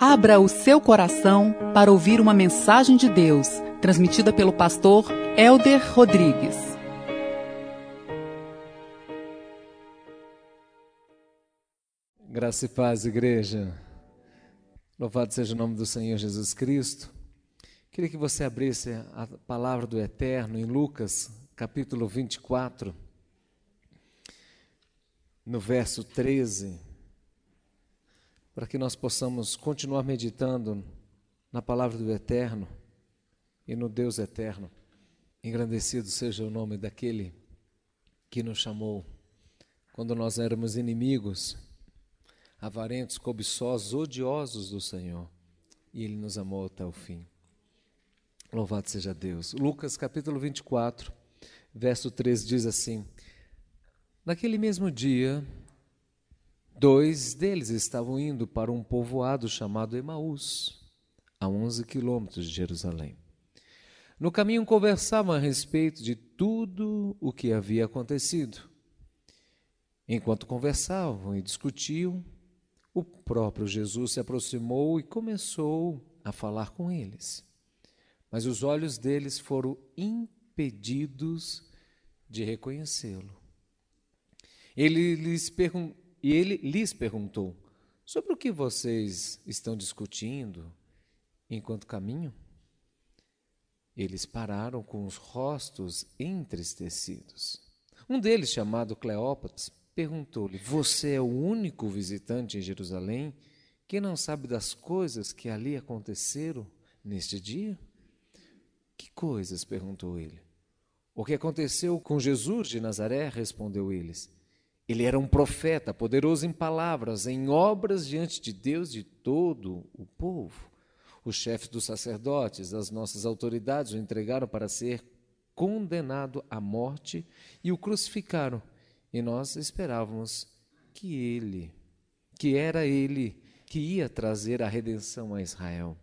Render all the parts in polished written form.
Abra o seu coração para ouvir uma mensagem de Deus, transmitida pelo pastor Elder Rodrigues. Graça e paz, igreja. Louvado seja o nome do Senhor Jesus Cristo. Queria que você abrisse a palavra do Eterno em Lucas, capítulo 24, no verso 13, para que nós possamos continuar meditando na palavra do Eterno e no Deus Eterno. Engrandecido seja o nome daquele que nos chamou quando nós éramos inimigos, avarentos, cobiçosos, odiosos do Senhor, e Ele nos amou até o fim. Louvado seja Deus. Lucas capítulo 24, verso 13 diz assim: naquele mesmo dia, 2 deles estavam indo para um povoado chamado Emaús, a 11 quilômetros de Jerusalém. No caminho conversavam a respeito de tudo o que havia acontecido. Enquanto conversavam e discutiam, o próprio Jesus se aproximou e começou a falar com eles. Mas os olhos deles foram impedidos de reconhecê-lo. Ele lhes perguntou: sobre o que vocês estão discutindo enquanto caminham? Eles pararam com os rostos entristecidos. Um deles, chamado Cleópatas, perguntou-lhe: você é o único visitante em Jerusalém que não sabe das coisas que ali aconteceram neste dia? Que coisas? Perguntou ele. O que aconteceu com Jesus de Nazaré? Respondeu eles. Ele era um profeta, poderoso em palavras, em obras diante de Deus e de todo o povo. Os chefes dos sacerdotes, as nossas autoridades, o entregaram para ser condenado à morte e o crucificaram. E nós esperávamos que era ele que ia trazer a redenção a Israel.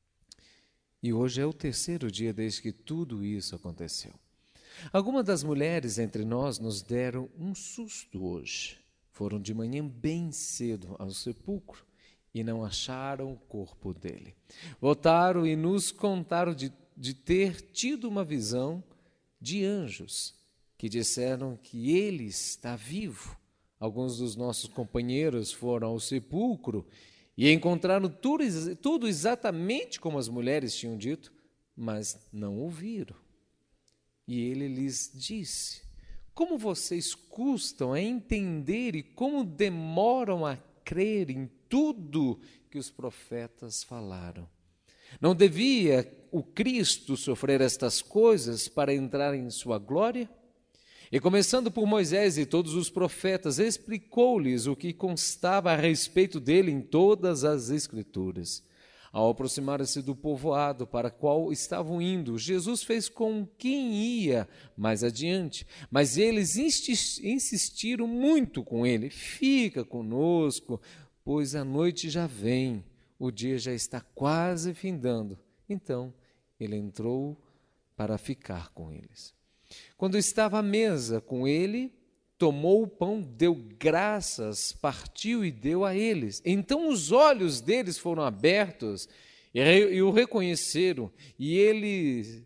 E hoje é o 3º dia desde que tudo isso aconteceu. Algumas das mulheres entre nós nos deram um susto hoje. Foram de manhã bem cedo ao sepulcro e não acharam o corpo dele. Voltaram e nos contaram de ter tido uma visão de anjos que disseram que ele está vivo. Alguns dos nossos companheiros foram ao sepulcro e encontraram tudo exatamente como as mulheres tinham dito, mas não ouviram. E ele lhes disse: como vocês custam a entender e como demoram a crer em tudo que os profetas falaram. Não devia o Cristo sofrer estas coisas para entrar em sua glória? E começando por Moisés e todos os profetas, explicou-lhes o que constava a respeito dele em todas as Escrituras. Ao aproximar-se do povoado para o qual estavam indo, Jesus fez com quem ia mais adiante, mas eles insistiram muito com ele: fica conosco, pois a noite já vem, o dia já está quase findando. Então ele entrou para ficar com eles. Quando estava à mesa com ele, tomou o pão, deu graças, partiu e deu a eles. Então os olhos deles foram abertos e o reconheceram, e ele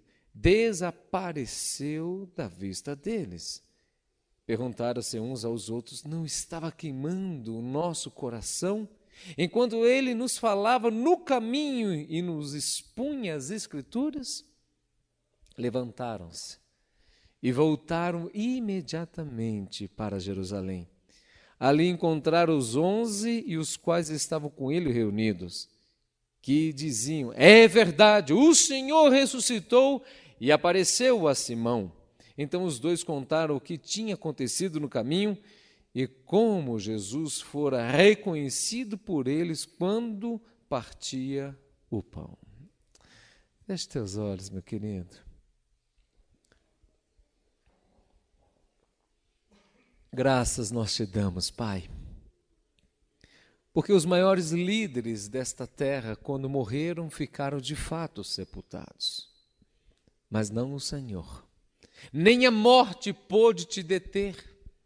desapareceu da vista deles. Perguntaram-se uns aos outros: não estava queimando o nosso coração enquanto ele nos falava no caminho e nos expunha as Escrituras? Levantaram-se e voltaram imediatamente para Jerusalém. Ali encontraram os 11 e os quais estavam com ele reunidos, que diziam: é verdade, o Senhor ressuscitou e apareceu a Simão. Então os 2 contaram o que tinha acontecido no caminho e como Jesus fora reconhecido por eles quando partia o pão. Feche teus olhos, meu querido. Graças nós te damos, Pai, porque os maiores líderes desta terra, quando morreram, ficaram de fato sepultados, mas não o Senhor. Nem a morte pôde te deter,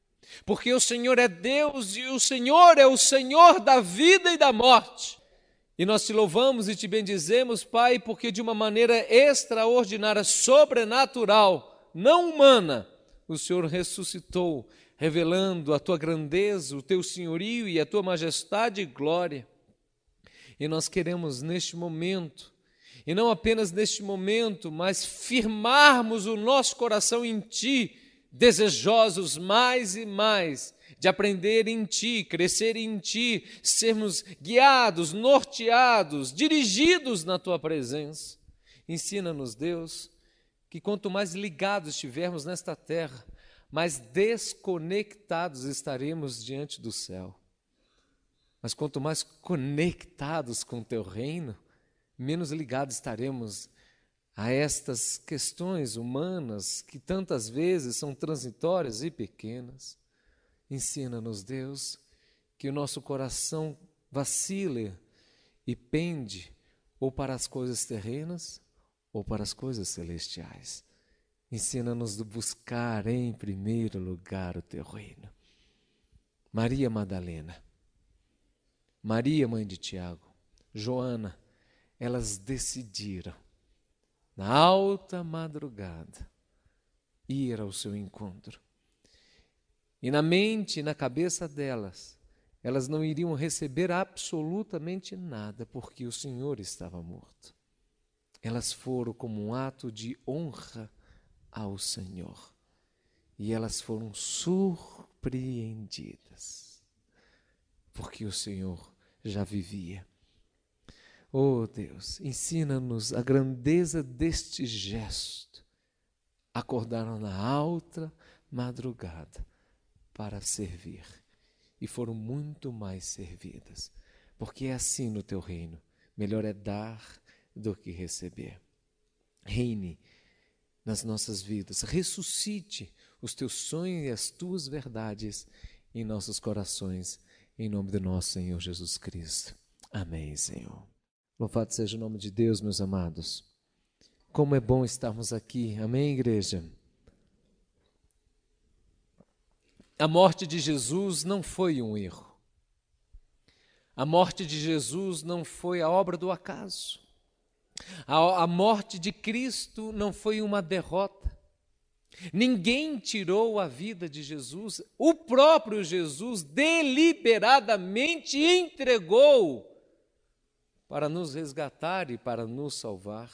porque o Senhor é Deus e o Senhor é o Senhor da vida e da morte. E nós te louvamos e te bendizemos, Pai, porque de uma maneira extraordinária, sobrenatural, não humana, o Senhor ressuscitou, revelando a tua grandeza, o teu senhorio e a tua majestade e glória. E nós queremos neste momento, e não apenas neste momento, mas firmarmos o nosso coração em Ti, desejosos mais e mais de aprender em Ti, crescer em Ti, sermos guiados, norteados, dirigidos na Tua presença. Ensina-nos, Deus, que quanto mais ligados estivermos nesta terra, mais desconectados estaremos diante do céu. Mas quanto mais conectados com o Teu reino, menos ligados estaremos a estas questões humanas que tantas vezes são transitórias e pequenas. Ensina-nos, Deus, que o nosso coração vacile e pende ou para as coisas terrenas ou para as coisas celestiais. Ensina-nos a buscar em primeiro lugar o Teu reino. Maria Madalena, Maria, mãe de Tiago, Joana, elas decidiram, na alta madrugada, ir ao seu encontro. E na mente e na cabeça delas, elas não iriam receber absolutamente nada, porque o Senhor estava morto. Elas foram como um ato de honra ao Senhor. E elas foram surpreendidas, porque o Senhor já vivia. Oh Deus, ensina-nos a grandeza deste gesto. Acordaram na alta madrugada para servir, e foram muito mais servidas, porque é assim no Teu reino, melhor é dar do que receber. Reine nas nossas vidas, ressuscite os Teus sonhos e as Tuas verdades em nossos corações, em nome do nosso Senhor Jesus Cristo. Amém, Senhor. Louvado seja o nome de Deus, meus amados. Como é bom estarmos aqui, amém, igreja? A morte de Jesus não foi um erro. A morte de Jesus não foi a obra do acaso. A morte de Cristo não foi uma derrota. Ninguém tirou a vida de Jesus. O próprio Jesus deliberadamente entregou para nos resgatar e para nos salvar.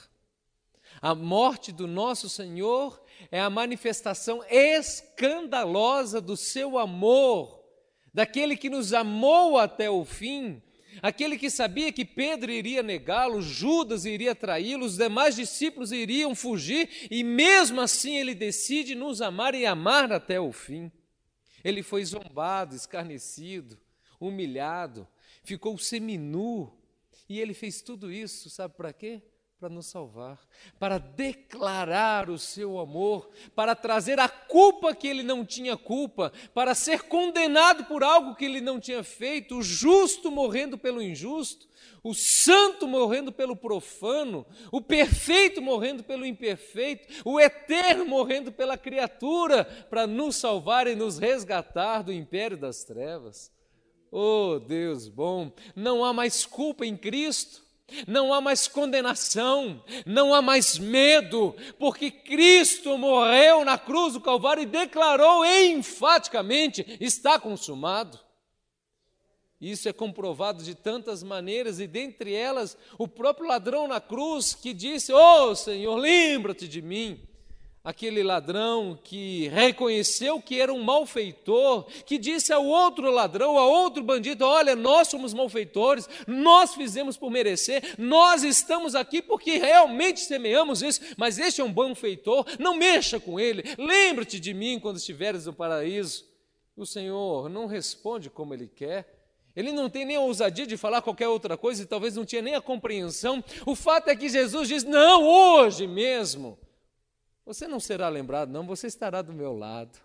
A morte do nosso Senhor é a manifestação escandalosa do seu amor, daquele que nos amou até o fim, aquele que sabia que Pedro iria negá-lo, Judas iria traí-lo, os demais discípulos iriam fugir, e mesmo assim ele decide nos amar e amar até o fim. Ele foi zombado, escarnecido, humilhado, ficou seminu, e ele fez tudo isso, sabe para quê? Para nos salvar, para declarar o seu amor, para trazer a culpa que ele não tinha culpa, para ser condenado por algo que ele não tinha feito, o justo morrendo pelo injusto, o santo morrendo pelo profano, o perfeito morrendo pelo imperfeito, o eterno morrendo pela criatura, para nos salvar e nos resgatar do império das trevas. Oh, Deus bom, não há mais culpa em Cristo. Não há mais condenação, não há mais medo, porque Cristo morreu na cruz do Calvário e declarou enfaticamente: está consumado. Isso é comprovado de tantas maneiras, e dentre elas, o próprio ladrão na cruz que disse: oh Senhor, lembra-te de mim. Aquele ladrão que reconheceu que era um malfeitor, que disse ao outro ladrão, a outro bandido: olha, nós somos malfeitores, nós fizemos por merecer, nós estamos aqui porque realmente semeamos isso, mas este é um benfeitor, não mexa com ele, lembra-te de mim quando estiveres no paraíso. O Senhor não responde como Ele quer, Ele não tem nem a ousadia de falar qualquer outra coisa, e talvez não tinha nem a compreensão. O fato é que Jesus diz: não, hoje mesmo você não será lembrado, não, você estará do meu lado.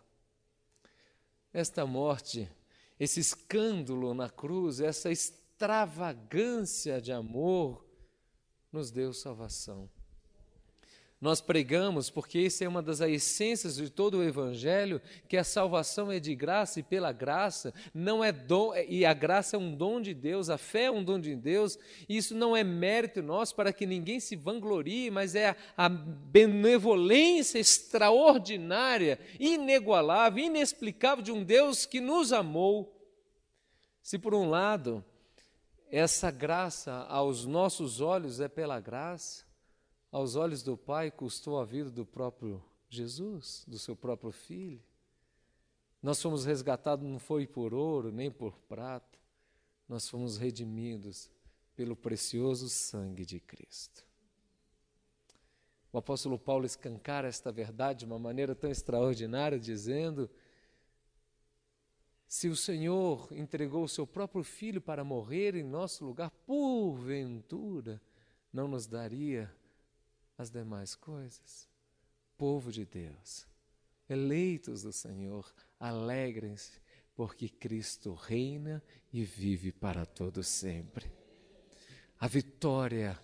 Esta morte, esse escândalo na cruz, essa extravagância de amor, nos deu salvação. Nós pregamos, porque isso é uma das essências de todo o Evangelho, que a salvação é de graça e pela graça, não é dom, e a graça é um dom de Deus, a fé é um dom de Deus, e isso não é mérito nosso para que ninguém se vanglorie, mas é a benevolência extraordinária, inigualável, inexplicável de um Deus que nos amou. Se por um lado, essa graça aos nossos olhos é pela graça, aos olhos do Pai custou a vida do próprio Jesus, do seu próprio Filho. Nós fomos resgatados, não foi por ouro, nem por prata, nós fomos redimidos pelo precioso sangue de Cristo. O apóstolo Paulo escancara esta verdade de uma maneira tão extraordinária, dizendo: se o Senhor entregou o seu próprio Filho para morrer em nosso lugar, porventura não nos daria as demais coisas? Povo de Deus, eleitos do Senhor, alegrem-se, porque Cristo reina e vive para todo sempre. A vitória,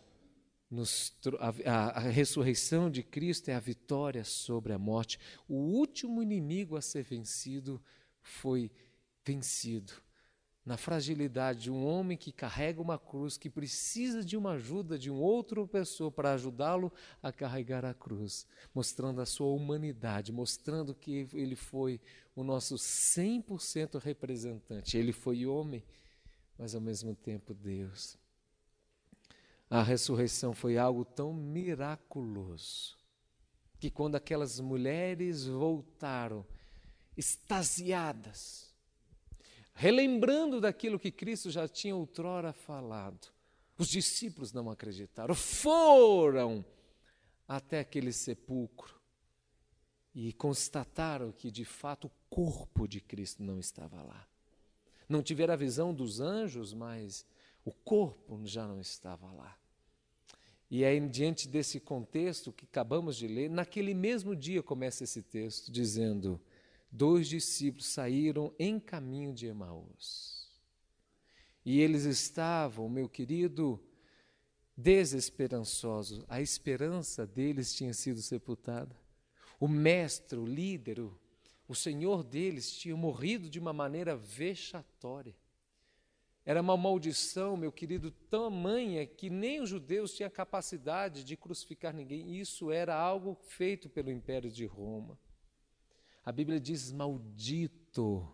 a ressurreição de Cristo é a vitória sobre a morte. O último inimigo a ser vencido foi vencido. Na fragilidade de um homem que carrega uma cruz, que precisa de uma ajuda de uma outra pessoa para ajudá-lo a carregar a cruz, mostrando a sua humanidade, mostrando que ele foi o nosso 100% representante. Ele foi homem, mas ao mesmo tempo Deus. A ressurreição foi algo tão miraculoso, que quando aquelas mulheres voltaram, extasiadas, relembrando daquilo que Cristo já tinha outrora falado, os discípulos não acreditaram, foram até aquele sepulcro e constataram que de fato o corpo de Cristo não estava lá. Não tiveram a visão dos anjos, mas o corpo já não estava lá. E aí, diante desse contexto que acabamos de ler, naquele mesmo dia começa esse texto dizendo: 2 discípulos saíram em caminho de Emaús. E eles estavam, meu querido, desesperançosos. A esperança deles tinha sido sepultada. O mestre, o líder, o senhor deles tinha morrido de uma maneira vexatória. Era uma maldição, meu querido, tamanha que nem os judeus tinham capacidade de crucificar ninguém. Isso era algo feito pelo Império de Roma. A Bíblia diz: maldito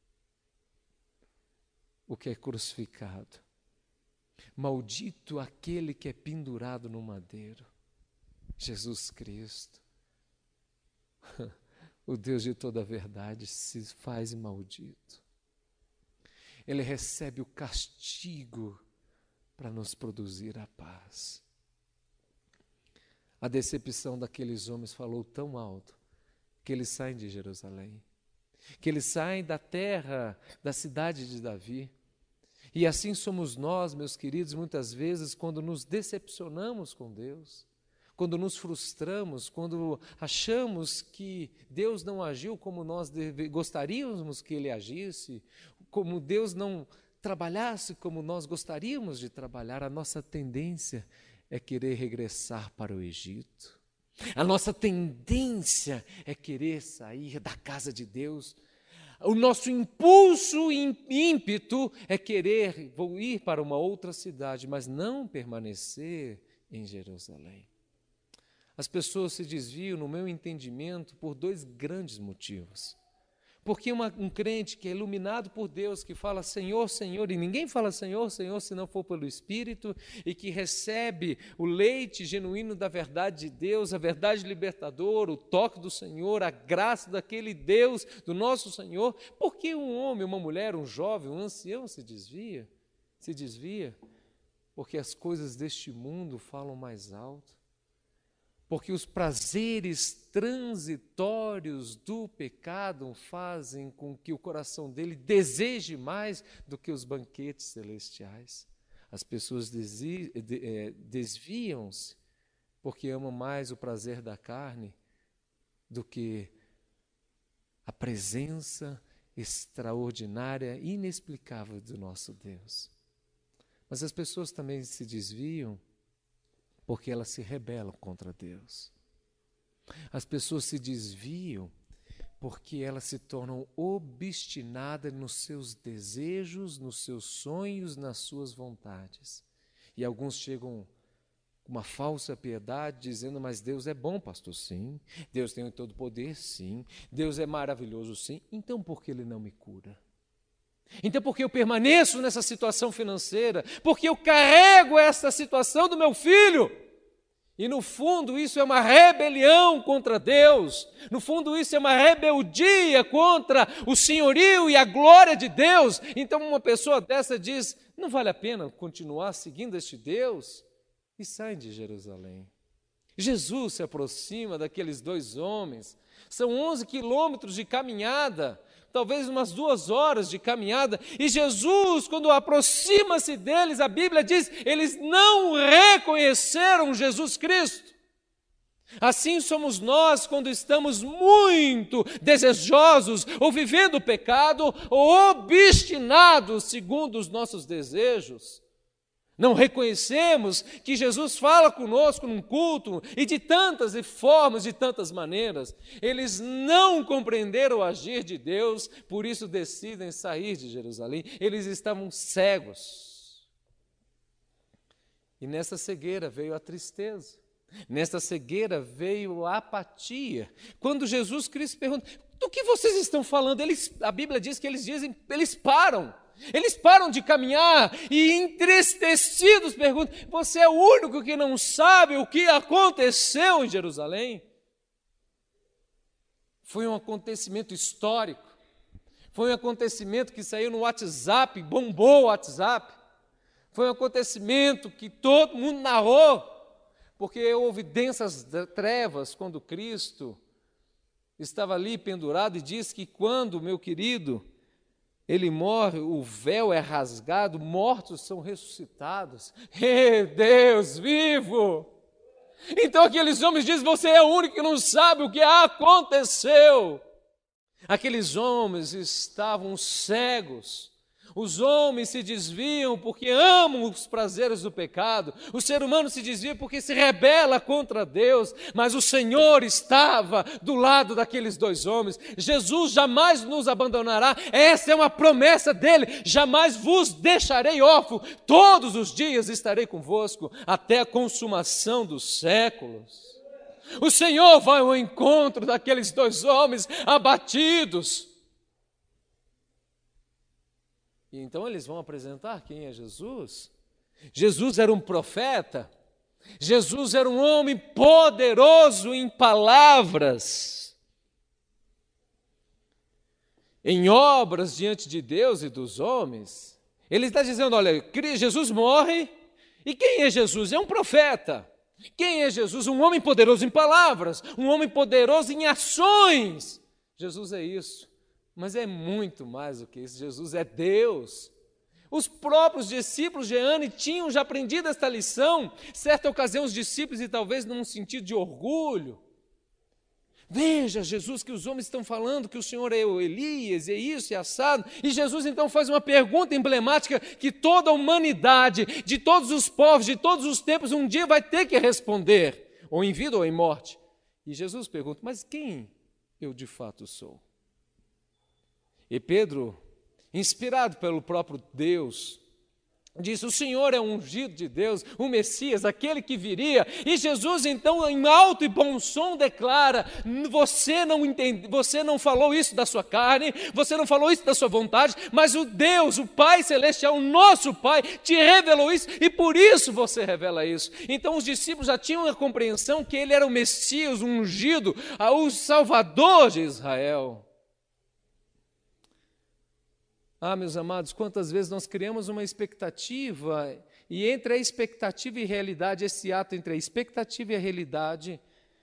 o que é crucificado, maldito aquele que é pendurado no madeiro. Jesus Cristo, o Deus de toda a verdade, se faz maldito. Ele recebe o castigo para nos produzir a paz. A decepção daqueles homens falou tão alto que eles saem de Jerusalém, que eles saem da terra, da cidade de Davi. E assim somos nós, meus queridos, muitas vezes, quando nos decepcionamos com Deus, quando nos frustramos, quando achamos que Deus não agiu como nós gostaríamos que Ele agisse, como Deus não trabalhasse como nós gostaríamos de trabalhar, a nossa tendência é querer regressar para o Egito. A nossa tendência é querer sair da casa de Deus. O nosso impulso e ímpeto é querer ir para uma outra cidade, mas não permanecer em Jerusalém. As pessoas se desviam, no meu entendimento, por 2 grandes motivos. Porque um crente que é iluminado por Deus, que fala Senhor, Senhor, e ninguém fala Senhor, Senhor, se não for pelo Espírito, e que recebe o leite genuíno da verdade de Deus, a verdade libertadora, o toque do Senhor, a graça daquele Deus, do nosso Senhor. Por que um homem, uma mulher, um jovem, um ancião se desvia? Se desvia porque as coisas deste mundo falam mais alto. Porque os prazeres transitórios do pecado fazem com que o coração dele deseje mais do que os banquetes celestiais. As pessoas desviam-se porque amam mais o prazer da carne do que a presença extraordinária, inexplicável do nosso Deus. Mas as pessoas também se desviam porque elas se rebelam contra Deus. As pessoas se desviam porque elas se tornam obstinadas nos seus desejos, nos seus sonhos, nas suas vontades. E alguns chegam com uma falsa piedade, dizendo, mas Deus é bom, pastor, sim. Deus tem todo o poder, sim. Deus é maravilhoso, sim. Então por que Ele não me cura? Então por que eu permaneço nessa situação financeira? Porque eu carrego essa situação do meu filho. E no fundo isso é uma rebelião contra Deus. No fundo isso é uma rebeldia contra o senhorio e a glória de Deus. Então uma pessoa dessa diz, não vale a pena continuar seguindo este Deus? E saem de Jerusalém. Jesus se aproxima daqueles dois homens. São 11 quilômetros de caminhada, talvez umas 2 horas de caminhada. E Jesus, quando aproxima-se deles, a Bíblia diz, eles não reconheceram Jesus Cristo. Assim somos nós quando estamos muito desejosos, ou vivendo o pecado, ou obstinados segundo os nossos desejos. Não reconhecemos que Jesus fala conosco num culto e de tantas formas, de tantas maneiras. Eles não compreenderam o agir de Deus, por isso decidem sair de Jerusalém. Eles estavam cegos. E nessa cegueira veio a tristeza. Nessa cegueira veio a apatia. Quando Jesus Cristo pergunta, do que vocês estão falando? A Bíblia diz que eles param. Eles param de caminhar e entristecidos perguntam, você é o único que não sabe o que aconteceu em Jerusalém? Foi um acontecimento histórico, foi um acontecimento que saiu no WhatsApp, bombou o WhatsApp, foi um acontecimento que todo mundo narrou, porque houve densas trevas quando Cristo estava ali pendurado e diz que quando, meu querido, Ele morre, o véu é rasgado, mortos são ressuscitados. Deus vivo! Então aqueles homens dizem, você é o único que não sabe o que aconteceu. Aqueles homens estavam cegos. Os homens se desviam porque amam os prazeres do pecado. O ser humano se desvia porque se rebela contra Deus. Mas o Senhor estava do lado daqueles dois homens. Jesus jamais nos abandonará. Essa é uma promessa dele. Jamais vos deixarei órfão. Todos os dias estarei convosco até a consumação dos séculos. O Senhor vai ao encontro daqueles dois homens abatidos. E então eles vão apresentar quem é Jesus. Jesus era um profeta. Jesus era um homem poderoso em palavras, em obras diante de Deus e dos homens. Ele está dizendo, olha, Jesus morre, e quem é Jesus? É um profeta. Quem é Jesus? Um homem poderoso em palavras, um homem poderoso em ações. Jesus é isso. Mas é muito mais do que isso, Jesus é Deus. Os próprios discípulos de Jeane tinham já aprendido esta lição. Certa ocasião os discípulos, e talvez num sentido de orgulho, veja Jesus que os homens estão falando que o Senhor é o Elias, é isso, é assado. E Jesus então faz uma pergunta emblemática que toda a humanidade, de todos os povos, de todos os tempos, um dia vai ter que responder, ou em vida ou em morte. E Jesus pergunta, mas quem eu de fato sou? E Pedro, inspirado pelo próprio Deus, disse, o Senhor é o ungido de Deus, o Messias, aquele que viria. E Jesus então, em alto e bom som, declara, você não falou isso da sua carne, você não falou isso da sua vontade, mas o Deus, o Pai Celestial, o nosso Pai, te revelou isso, e por isso você revela isso. Então os discípulos já tinham a compreensão que ele era o Messias, o ungido, o Salvador de Israel. Ah, meus amados, quantas vezes nós criamos uma expectativa e entre a expectativa e a realidade, esse ato entre a expectativa e a realidade,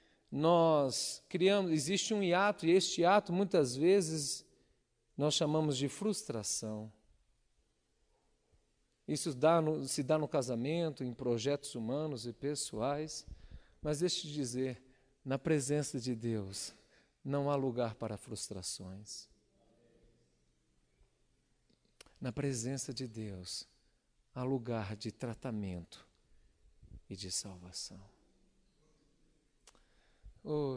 existe um hiato e este ato muitas vezes nós chamamos de frustração. Isso se dá no casamento, em projetos humanos e pessoais, mas deixe de dizer, na presença de Deus não há lugar para frustrações. Na presença de Deus, há lugar de tratamento e de salvação. Oh.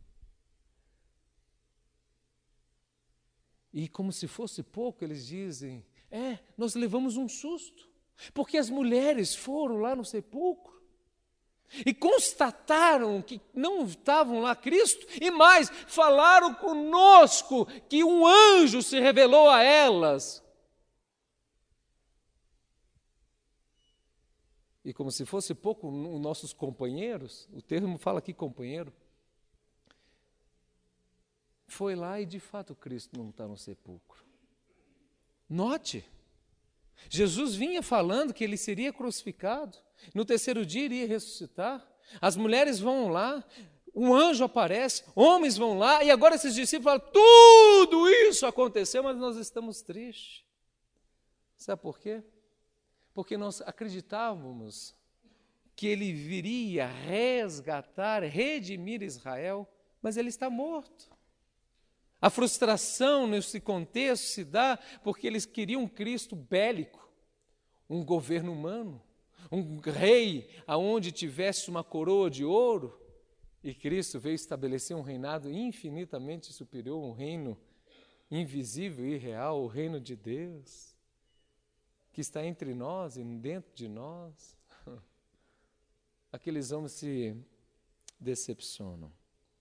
E como se fosse pouco, eles dizem, nós levamos um susto, porque as mulheres foram lá no sepulcro e constataram que não estavam lá Cristo, e mais, falaram conosco que um anjo se revelou a elas. E como se fosse pouco, os nossos companheiros, o termo fala aqui companheiro, foi lá e de fato Cristo não está no sepulcro. Note, Jesus vinha falando que ele seria crucificado, no terceiro dia iria ressuscitar, as mulheres vão lá, um anjo aparece, homens vão lá, e agora esses discípulos falam, tudo isso aconteceu, mas nós estamos tristes. Sabe por quê? Porque nós acreditávamos que ele viria resgatar, redimir Israel, mas ele está morto. A frustração nesse contexto se dá porque eles queriam um Cristo bélico, um governo humano, um rei aonde tivesse uma coroa de ouro, e Cristo veio estabelecer um reinado infinitamente superior, um reino invisível e real, o reino de Deus, que está entre nós e dentro de nós. Aqueles homens se decepcionam,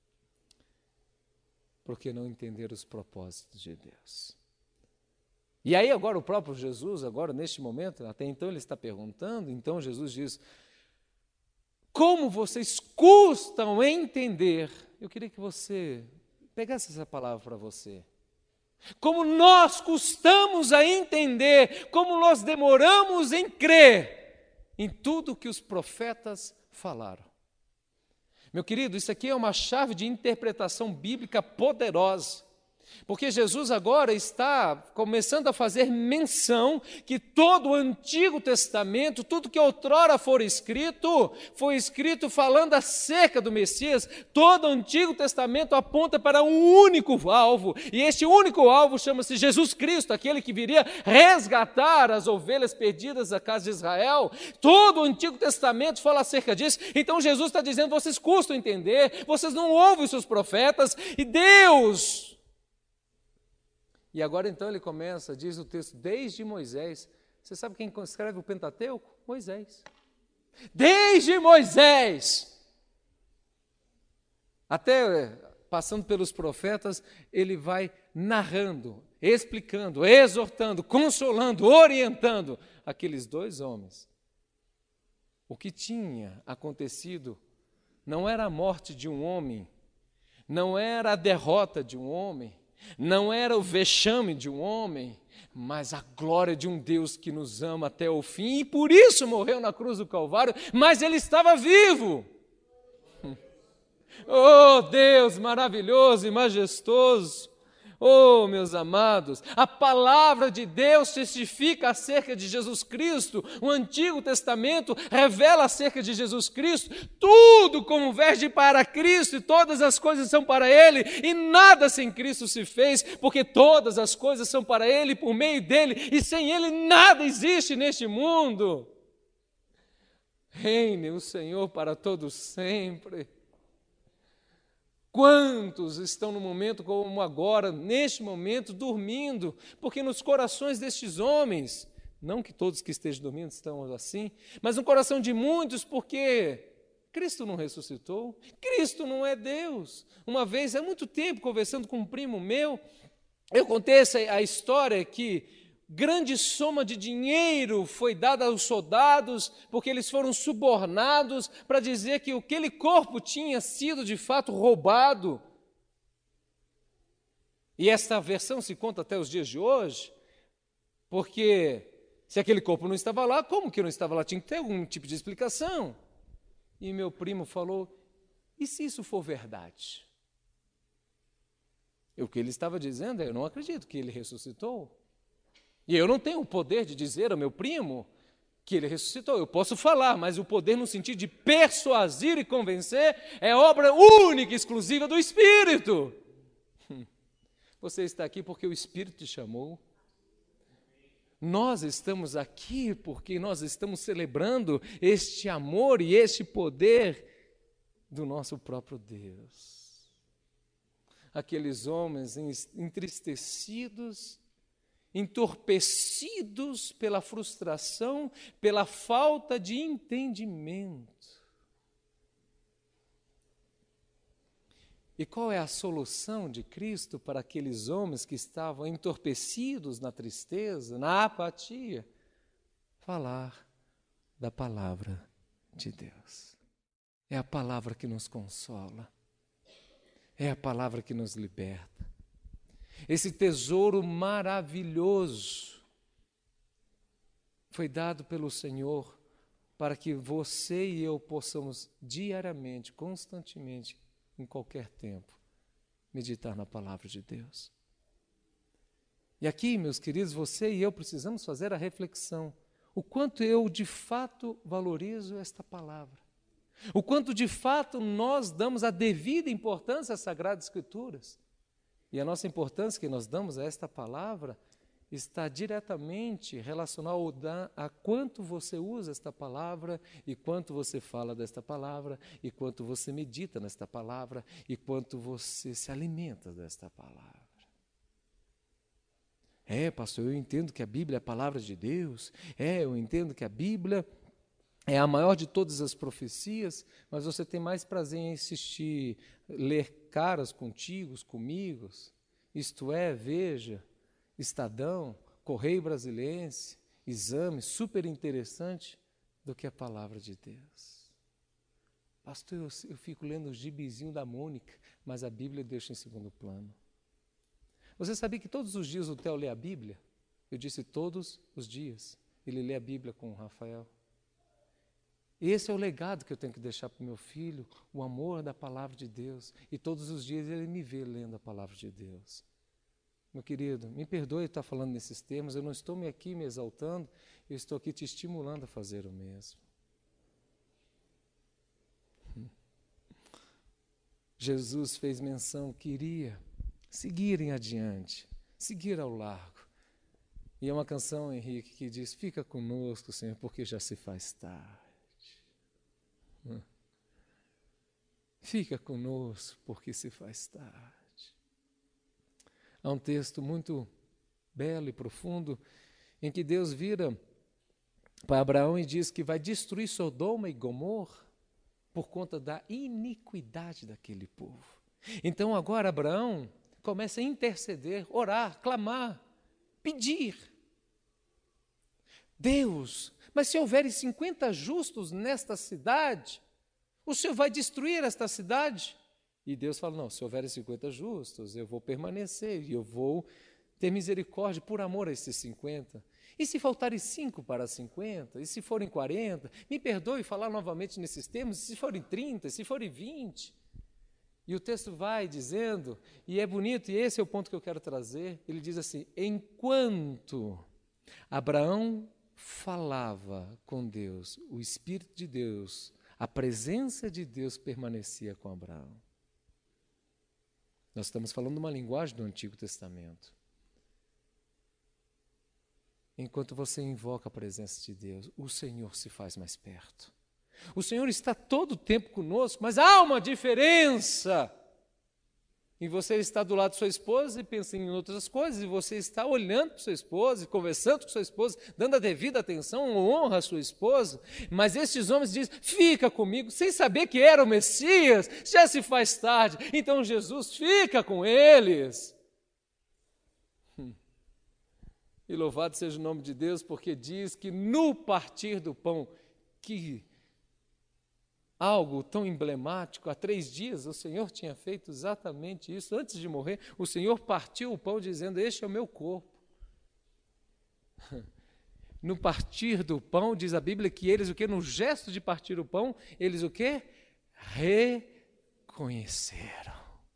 porque não entenderam os propósitos de Deus. E aí agora o próprio Jesus, agora neste momento, até então ele está perguntando, então Jesus diz, como vocês custam entender, eu queria que você pegasse essa palavra para você, como nós custamos a entender, como nós demoramos em crer em tudo que os profetas falaram. Meu querido, isso aqui é uma chave de interpretação bíblica poderosa, porque Jesus agora está começando a fazer menção que todo o Antigo Testamento, tudo que outrora foi escrito falando acerca do Messias. Todo o Antigo Testamento aponta para um único alvo, e este único alvo chama-se Jesus Cristo, aquele que viria resgatar as ovelhas perdidas da casa de Israel. Todo o Antigo Testamento fala acerca disso. Então Jesus está dizendo, vocês custam entender, vocês não ouvem os seus profetas, e Deus... E agora então ele começa, diz o texto, desde Moisés. Você sabe quem escreve o Pentateuco? Moisés. Desde Moisés, até passando pelos profetas, ele vai narrando, explicando, exortando, consolando, orientando aqueles dois homens. O que tinha acontecido não era a morte de um homem, não era a derrota de um homem, não era o vexame de um homem, mas a glória de um Deus que nos ama até o fim, e por isso morreu na cruz do Calvário, mas ele estava vivo. Oh, Deus maravilhoso e majestoso! Oh, meus amados, a palavra de Deus testifica acerca de Jesus Cristo, o Antigo Testamento revela acerca de Jesus Cristo, tudo converge para Cristo e todas as coisas são para Ele, e nada sem Cristo se fez, porque todas as coisas são para Ele, por meio dEle, e sem Ele nada existe neste mundo. Reine o Senhor para todos sempre. Quantos estão no momento como agora, neste momento, dormindo, porque nos corações destes homens, não que todos que estejam dormindo estão assim, mas no coração de muitos, porque Cristo não ressuscitou, Cristo não é Deus. Uma vez, há muito tempo, conversando com um primo meu, eu contei a história que grande soma de dinheiro foi dada aos soldados, porque eles foram subornados para dizer que aquele corpo tinha sido de fato roubado. E esta versão se conta até os dias de hoje, porque se aquele corpo não estava lá, como que não estava lá? Tinha que ter algum tipo de explicação. E meu primo falou, e se isso for verdade? O que ele estava dizendo é, eu não acredito que ele ressuscitou. E eu não tenho o poder de dizer ao meu primo que ele ressuscitou. Eu posso falar, mas o poder no sentido de persuadir e convencer é obra única e exclusiva do Espírito. Você está aqui porque o Espírito te chamou. Nós estamos aqui porque nós estamos celebrando este amor e este poder do nosso próprio Deus. Aqueles homens entristecidos, entorpecidos pela frustração, pela falta de entendimento. E qual é a solução de Cristo para aqueles homens que estavam entorpecidos na tristeza, na apatia? Falar da palavra de Deus. É a palavra que nos consola. É a palavra que nos liberta. Esse tesouro maravilhoso foi dado pelo Senhor para que você e eu possamos diariamente, constantemente, em qualquer tempo, meditar na palavra de Deus. E aqui, meus queridos, você e eu precisamos fazer a reflexão. O quanto eu, de fato, valorizo esta palavra. O quanto, de fato, nós damos a devida importância às Sagradas Escrituras. E a nossa importância que nós damos a esta palavra está diretamente relacionada a quanto você usa esta palavra e quanto você fala desta palavra e quanto você medita nesta palavra e quanto você se alimenta desta palavra. Pastor, eu entendo que a Bíblia é a palavra de Deus. Eu entendo que a Bíblia é a maior de todas as profecias, mas você tem mais prazer em assistir, ler Caras Contigo, comigo, isto é, Veja, Estadão, Correio Brasiliense, Exame, super interessante, do que a palavra de Deus. Pastor, eu fico lendo o gibizinho da Mônica, mas a Bíblia deixa em segundo plano. Você sabia que todos os dias o Theo lê a Bíblia? Eu disse todos os dias. Ele lê a Bíblia com o Rafael. Esse é o legado que eu tenho que deixar para o meu filho, o amor da palavra de Deus. E todos os dias ele me vê lendo a palavra de Deus. Meu querido, me perdoe estar falando nesses termos, eu não estou aqui me exaltando, eu estou aqui te estimulando a fazer o mesmo. Jesus fez menção que iria seguirem adiante, seguir ao largo. E é uma canção, Henrique, que diz, fica conosco, Senhor, porque já se faz tarde. Fica conosco, porque se faz tarde. Há um texto muito belo e profundo em que Deus vira para Abraão e diz que vai destruir Sodoma e Gomorra por conta da iniquidade daquele povo. Então agora Abraão começa a interceder, orar, clamar, pedir. Deus, mas se houverem 50 justos nesta cidade, o Senhor vai destruir esta cidade? E Deus fala, não, se houverem 50 justos, eu vou permanecer e eu vou ter misericórdia por amor a esses 50. E se faltarem 5 para 50? E se forem 40? Me perdoe falar novamente nesses termos, e se forem 30? E se forem 20? E o texto vai dizendo, e é bonito, e esse é o ponto que eu quero trazer, ele diz assim, enquanto Abraão falava com Deus, o Espírito de Deus, a presença de Deus permanecia com Abraão. Nós estamos falando uma linguagem do Antigo Testamento. Enquanto você invoca a presença de Deus, o Senhor se faz mais perto. O Senhor está todo o tempo conosco, mas há uma diferença. E você está do lado de sua esposa e pensa em outras coisas, e você está olhando para sua esposa, e conversando com sua esposa, dando a devida atenção, honra à sua esposa, mas estes homens dizem, fica comigo, sem saber que era o Messias, já se faz tarde, então Jesus fica com eles. E louvado seja o nome de Deus, porque diz que no partir do pão, que algo tão emblemático, há 3 dias o Senhor tinha feito exatamente isso, antes de morrer, o Senhor partiu o pão dizendo, este é o meu corpo. No partir do pão, diz a Bíblia que eles o quê? No gesto de partir o pão, eles o quê? Reconheceram.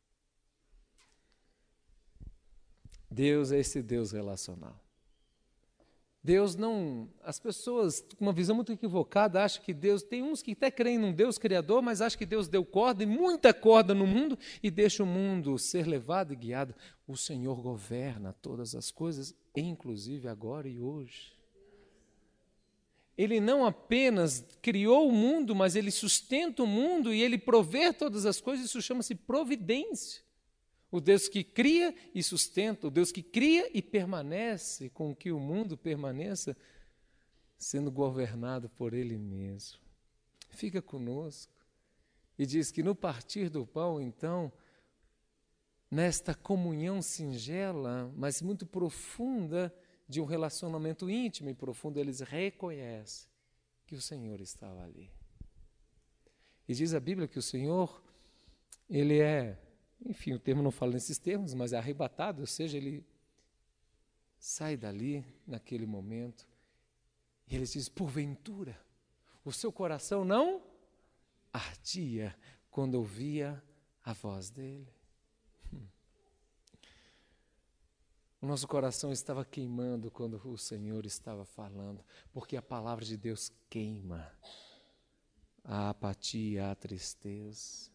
Deus é esse Deus relacional. Deus não... As pessoas, com uma visão muito equivocada, acham que Deus... Tem uns que até creem num Deus criador, mas acham que Deus deu corda, e muita corda no mundo, e deixa o mundo ser levado e guiado. O Senhor governa todas as coisas, inclusive agora e hoje. Ele não apenas criou o mundo, mas Ele sustenta o mundo e Ele provê todas as coisas. Isso chama-se providência. O Deus que cria e sustenta, o Deus que cria e permanece com que o mundo permaneça sendo governado por Ele mesmo. Fica conosco e diz que no partir do pão, então, nesta comunhão singela, mas muito profunda, de um relacionamento íntimo e profundo, eles reconhecem que o Senhor estava ali. E diz a Bíblia que o Senhor, Ele é, enfim, o termo não fala nesses termos, mas é arrebatado, ou seja, Ele sai dali naquele momento e Ele diz, porventura, o seu coração não ardia quando ouvia a voz dEle. O nosso coração estava queimando quando o Senhor estava falando, porque a palavra de Deus queima a apatia, a tristeza.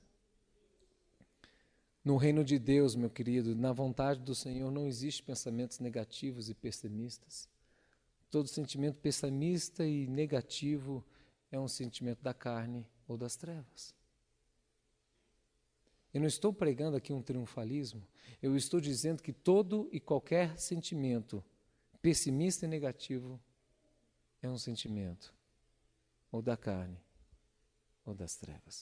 No reino de Deus, meu querido, na vontade do Senhor não existe pensamentos negativos e pessimistas. Todo sentimento pessimista e negativo é um sentimento da carne ou das trevas. Eu não estou pregando aqui um triunfalismo, eu estou dizendo que todo e qualquer sentimento pessimista e negativo é um sentimento ou da carne ou das trevas.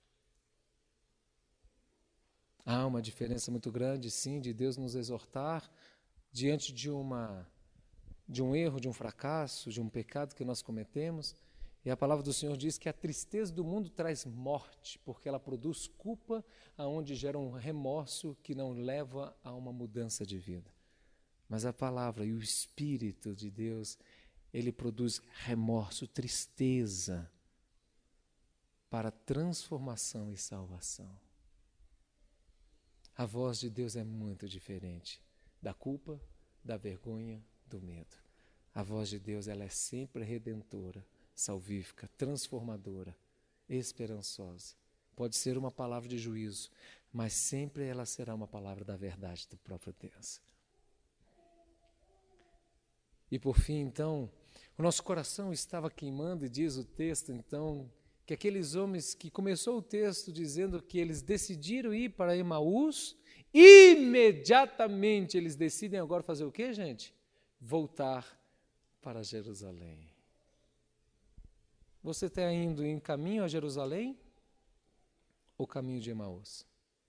Há uma diferença muito grande, sim, de Deus nos exortar diante de um erro, de um fracasso, de um pecado que nós cometemos. E a palavra do Senhor diz que a tristeza do mundo traz morte, porque ela produz culpa, aonde gera um remorso que não leva a uma mudança de vida. Mas a palavra e o Espírito de Deus, ele produz remorso, tristeza, para transformação e salvação. A voz de Deus é muito diferente da culpa, da vergonha, do medo. A voz de Deus, ela é sempre redentora, salvífica, transformadora, esperançosa. Pode ser uma palavra de juízo, mas sempre ela será uma palavra da verdade do próprio Deus. E por fim, então, o nosso coração estava queimando, e diz o texto, então, que aqueles homens que começou o texto dizendo que eles decidiram ir para Emaús, imediatamente eles decidem agora fazer o quê, gente? Voltar para Jerusalém. Você está indo em caminho a Jerusalém ou caminho de Emaús?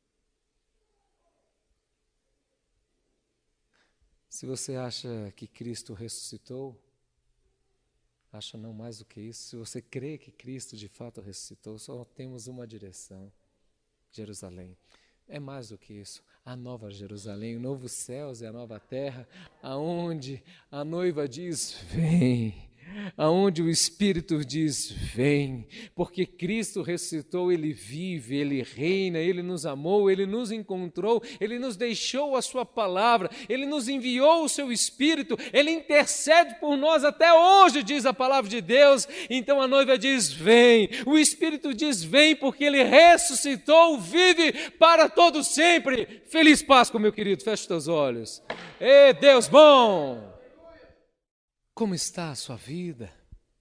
Se você acha que Cristo ressuscitou, acha não mais do que isso. Se você crê que Cristo de fato ressuscitou, só temos uma direção, Jerusalém. É mais do que isso, a nova Jerusalém, o novo céus e a nova terra, aonde a noiva diz, vem. Aonde o Espírito diz, vem, porque Cristo ressuscitou, Ele vive, Ele reina, Ele nos amou, Ele nos encontrou, Ele nos deixou a sua palavra, Ele nos enviou o seu Espírito, Ele intercede por nós até hoje, diz a palavra de Deus. Então a noiva diz, vem, o Espírito diz, vem, porque Ele ressuscitou, vive para todo sempre. Feliz Páscoa, meu querido, feche os teus olhos. Ê, Deus bom! Como está a sua vida?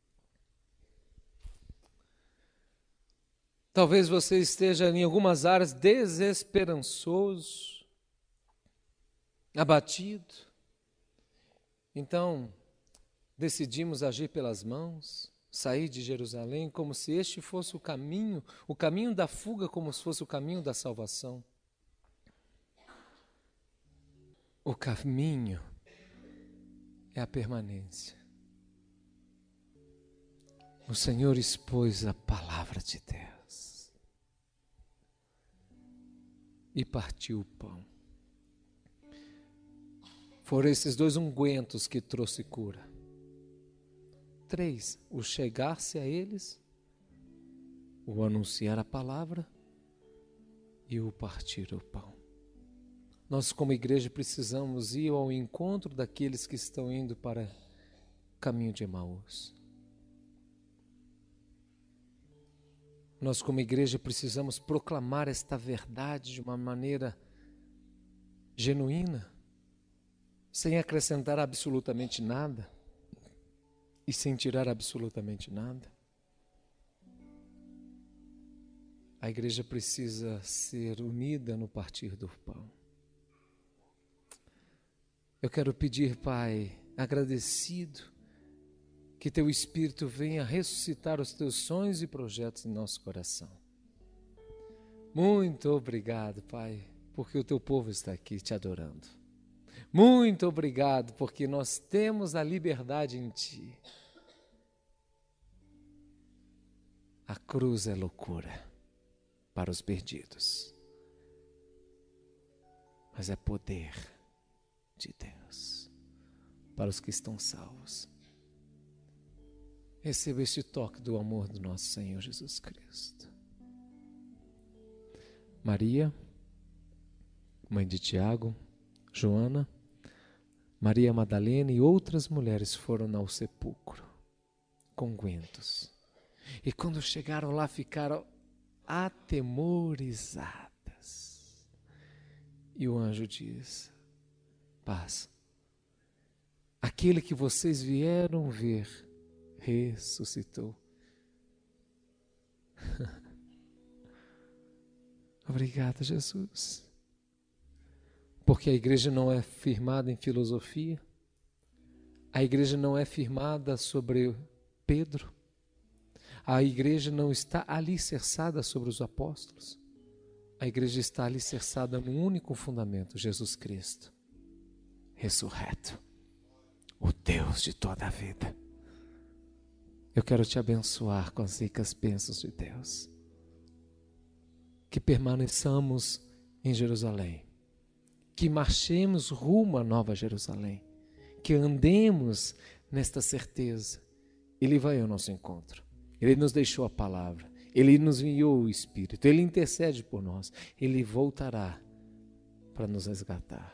Talvez você esteja em algumas áreas desesperançoso, abatido. Então, decidimos agir pelas mãos, sair de Jerusalém como se este fosse o caminho da fuga como se fosse o caminho da salvação. O caminho é a permanência. O Senhor expôs a palavra de Deus e partiu o pão. Foram esses dois ungüentos que trouxe cura. 3, o chegar-se a eles, o anunciar a palavra e o partir o pão. Nós, como igreja, precisamos ir ao encontro daqueles que estão indo para o caminho de Emaús. Nós, como igreja, precisamos proclamar esta verdade de uma maneira genuína, sem acrescentar absolutamente nada. e sem tirar absolutamente nada. A igreja precisa ser unida no partir do pão. Eu quero pedir, Pai, agradecido, que Teu Espírito venha ressuscitar os Teus sonhos e projetos em nosso coração. Muito obrigado, Pai, porque o Teu povo está aqui te adorando. Muito obrigado, porque nós temos a liberdade em Ti. A cruz é loucura para os perdidos, mas é poder de Deus para os que estão salvos. Receba este toque do amor do nosso Senhor Jesus Cristo. Maria, mãe de Tiago, Joana, Maria Madalena e outras mulheres foram ao sepulcro com ungüentos. E quando chegaram lá, ficaram atemorizadas. E o anjo diz: paz, aquele que vocês vieram ver ressuscitou. Obrigado, Jesus. Porque a igreja não é firmada em filosofia, a igreja não é firmada sobre Pedro, a igreja não está alicerçada sobre os apóstolos, a igreja está alicerçada num único fundamento: Jesus Cristo, ressurreto, o Deus de toda a vida. Eu quero te abençoar com as ricas bênçãos de Deus. Que permaneçamos em Jerusalém, que marchemos rumo à Nova Jerusalém, que andemos nesta certeza. Ele vai ao nosso encontro, Ele nos deixou a palavra, Ele nos enviou o Espírito, Ele intercede por nós, Ele voltará para nos resgatar.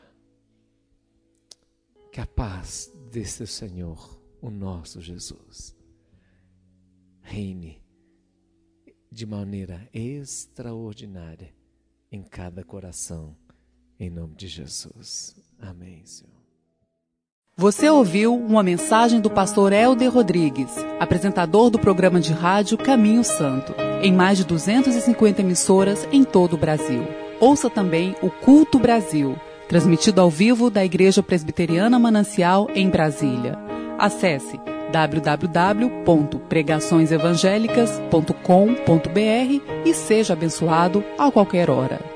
Que a paz desse Senhor, o nosso Jesus, reine de maneira extraordinária em cada coração, em nome de Jesus. Amém, Senhor. Você ouviu uma mensagem do pastor Elder Rodrigues, apresentador do programa de rádio Caminho Santo, em mais de 250 emissoras em todo o Brasil. Ouça também o Culto Brasil, transmitido ao vivo da Igreja Presbiteriana Manancial em Brasília. Acesse www.pregaçõesevangélicas.com.br e seja abençoado a qualquer hora.